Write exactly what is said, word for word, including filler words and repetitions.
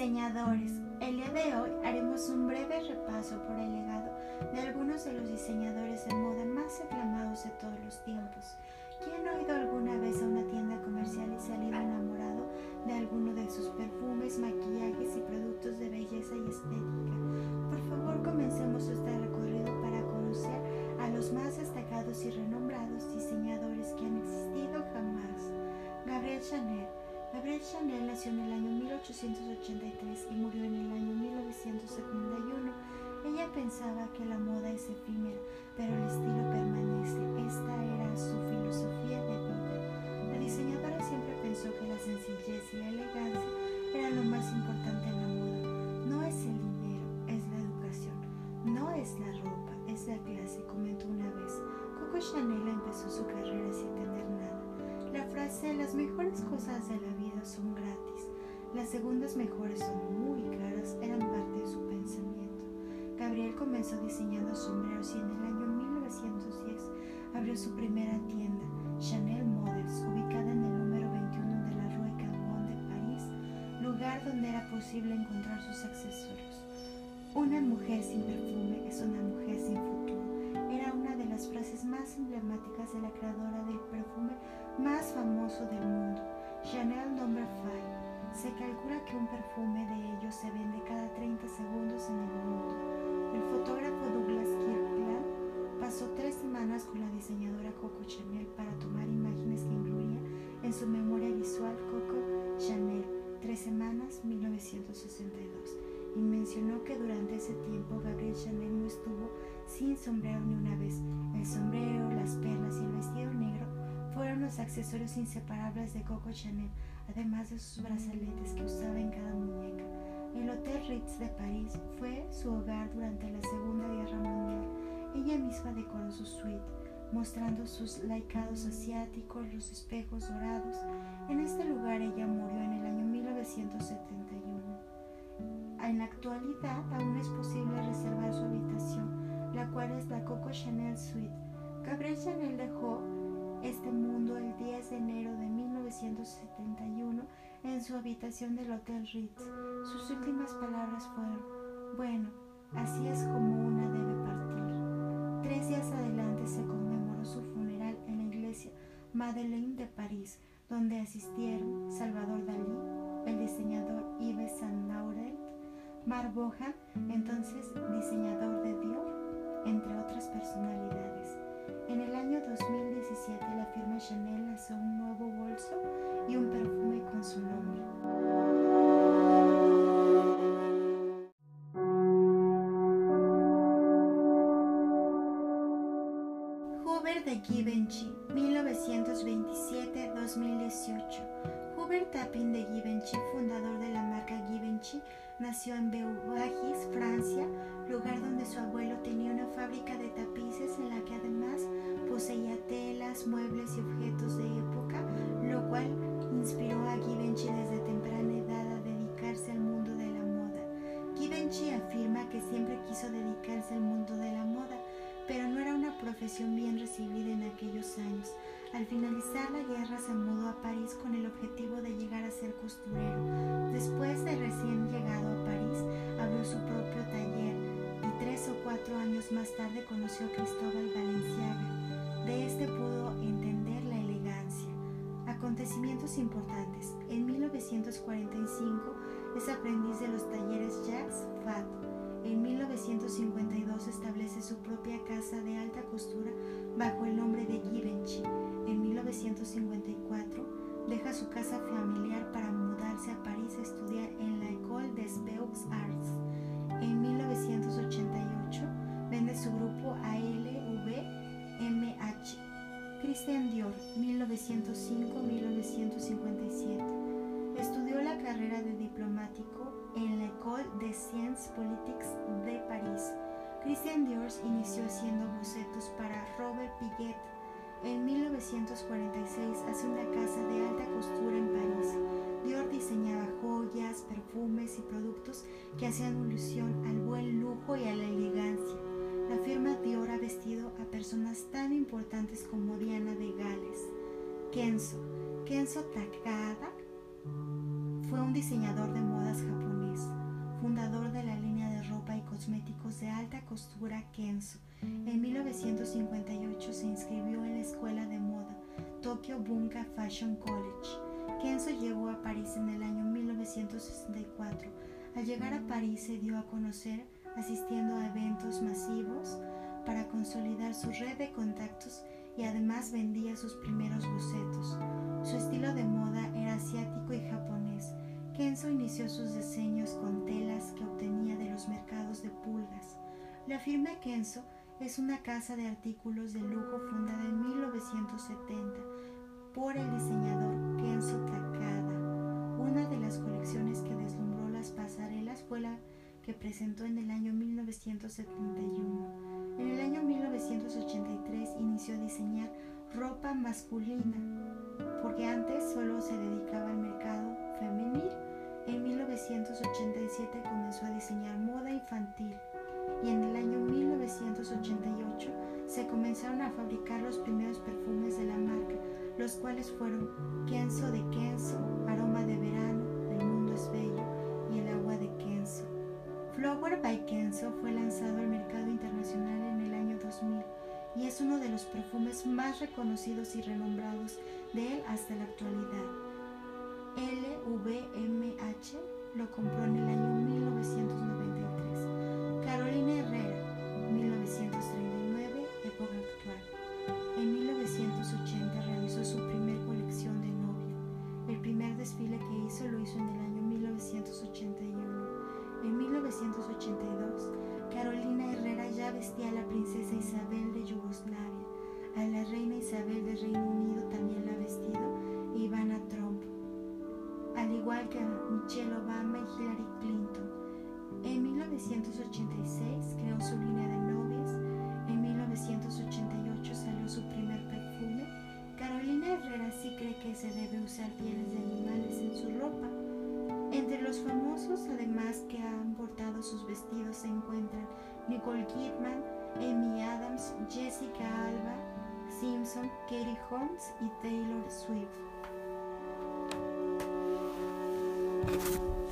Diseñadores. El día de hoy haremos un breve repaso por el legado de algunos de los diseñadores de moda más aclamados de todos los tiempos. ¿Quién ha ido alguna vez a una tienda comercial y salido enamorado de alguno de sus perfumes, maquillajes y productos de belleza y estética? Por favor, comencemos este recorrido para conocer a los más destacados y renombrados diseñadores que han existido jamás. Gabrielle Chanel. Gabrielle Chanel nació en el año mil ochocientos ochenta y tres y murió en el año mil novecientos setenta y uno. Ella pensaba que la moda es efímera, pero el estilo permanece. Esta era su filosofía de vida. La diseñadora siempre pensó que la sencillez y la elegancia eran lo más importante en la moda. No es el dinero, es la educación. No es la ropa, es la clase, comentó una vez. Coco Chanel empezó su carrera sin tener nada. La frase "las mejores cosas de la vida son gratis, las segundas mejores son muy caras" eran parte de su pensamiento. Gabrielle comenzó diseñando sombreros y en el año mil novecientos diez abrió su primera tienda, Chanel Models, ubicada en el número veintiuno de la Rue Cambon de París, lugar donde era posible encontrar sus accesorios. Una mujer sin perfume es una mujer sin futuro. Era una de las frases más emblemáticas de la creadora del perfume más famoso del mundo, Chanel Number cinco. Se calcula que un perfume de ellos se vende cada treinta segundos en el mundo. El fotógrafo Douglas Kirkland pasó tres semanas con la diseñadora Coco Chanel para tomar imágenes que incluía en su memoria visual Coco Chanel, tres semanas, mil novecientos sesenta y dos, y mencionó que durante ese tiempo Gabrielle Chanel no estuvo sin sombrero ni una vez. El sombrero, las perlas y el vestido negro fueron los accesorios inseparables de Coco Chanel, además de sus brazaletes que usaba en cada muñeca. El Hotel Ritz de París fue su hogar durante la Segunda Guerra Mundial. Ella misma decoró su suite, mostrando sus laicados asiáticos, los espejos dorados. En este lugar ella murió en el año mil novecientos setenta y uno. En la actualidad aún es posible reservar su habitación, la cual es la Coco Chanel Suite. Gabrielle Chanel dejó este mundo el diez de enero de mil novecientos setenta y uno en su habitación del Hotel Ritz. Sus últimas palabras fueron: "Bueno, así es como una debe partir". Tres días adelante se conmemoró su funeral en la iglesia Madeleine de París, donde asistieron Salvador Dalí, el diseñador Yves Saint Laurent, Marc Bohan, entonces diseñador de Dior, entre otras personalidades. En el año dos mil diecisiete, la firma Chanel lanzó un nuevo bolso y un perfume con su nombre. Hubert de Givenchy, mil novecientos veintisiete a dos mil dieciocho. Hubert Tapping de Givenchy, fundador de la marca Givenchy, nació en Beauvais, Francia, lugar donde su abuelo tenía una fábrica de tapices en la que además poseía telas, muebles y objetos de época, lo cual inspiró a Givenchy desde temprana edad a dedicarse al mundo de la moda. Givenchy afirma que siempre quiso dedicarse al mundo de la moda, pero no era una profesión bien recibida en aquellos años. Al finalizar la guerra se mudó a París con el objetivo de llegar a ser costurero. Después de recién llegado a París, abrió su propio taller y tres o cuatro años más tarde conoció a Cristóbal Balenciaga. De este pudo entender la elegancia. Acontecimientos importantes. En mil novecientos cuarenta y cinco es aprendiz de los talleres Jacques Fat. En mil novecientos cincuenta y dos establece su propia casa de alta costura bajo el nombre de Givenchy. En mil novecientos cincuenta y cuatro deja su casa familiar para mudarse a París a estudiar en la École des Beaux-Arts. En mil novecientos ochenta y ocho vende su grupo a L V M H. Christian Dior, mil novecientos cinco a mil novecientos cincuenta y siete. Estudió la carrera de diplomático en la École des Sciences Politiques de París. Christian Dior inició haciendo bocetos para Robert Piguet. En mil novecientos cuarenta y seis hace una casa de alta costura en París. Dior diseñaba joyas, perfumes y productos que hacían alusión al buen lujo y a la elegancia. La firma Dior ha vestido a personas tan importantes como Diana de Gales. Kenzo. Kenzo Takada fue un diseñador de modas japonés. fundador de la línea de ropa y cosméticos de alta costura Kenzo. En mil novecientos cincuenta y ocho se inscribió en la escuela de moda Tokyo Bunka Fashion College. Kenzo llegó a París en el año mil novecientos sesenta y cuatro. Al llegar a París se dio a conocer asistiendo a eventos masivos para consolidar su red de contactos y además vendía sus primeros bocetos. Su estilo de moda era asiático y japonés. Kenzo inició sus diseños con telas que obtenía de los mercados de pulgas. La firma Kenzo es una casa de artículos de lujo fundada en mil novecientos setenta por el diseñador Kenzo Takada. Una de las colecciones que deslumbró las pasarelas fue la que presentó en el año mil novecientos setenta y uno. En el año mil novecientos ochenta y tres inició a diseñar ropa masculina, porque antes solo se dedicaba al mercado femenil. En mil novecientos ochenta y siete comenzó a diseñar moda infantil y en el año mil novecientos ochenta y ocho se comenzaron a fabricar los primeros perfumes de la marca, los cuales fueron Kenzo de Kenzo, Aroma de Verano, El Mundo es Bello y El Agua de Kenzo. Flower by Kenzo fue lanzado al mercado internacional en el año dos mil y es uno de los perfumes más reconocidos y renombrados de él hasta la actualidad. L V M H lo compró en el año mil novecientos noventa y tres. Carolina Herrera, mil novecientos treinta y nueve, época actual. En mil novecientos ochenta realizó su primer colección de novia. El primer desfile que hizo lo hizo en el año mil novecientos ochenta y uno. En mil novecientos ochenta y dos, Carolina Herrera ya vestía a la princesa Isabel de Yugoslavia. A la reina Isabel del Reino Unido también la ha vestido Ivana Trump, al igual que a Michelle Obama y Hillary Clinton. En mil novecientos ochenta y seis creó su línea de novias. En mil novecientos ochenta y ocho salió su primer perfume. Carolina Herrera sí cree que se debe usar pieles de animales en su ropa. Entre los famosos, además, que han bordado sus vestidos se encuentran Nicole Kidman, Amy Adams, Jessica Alba, Simpson, Katie Holmes y Taylor Swift.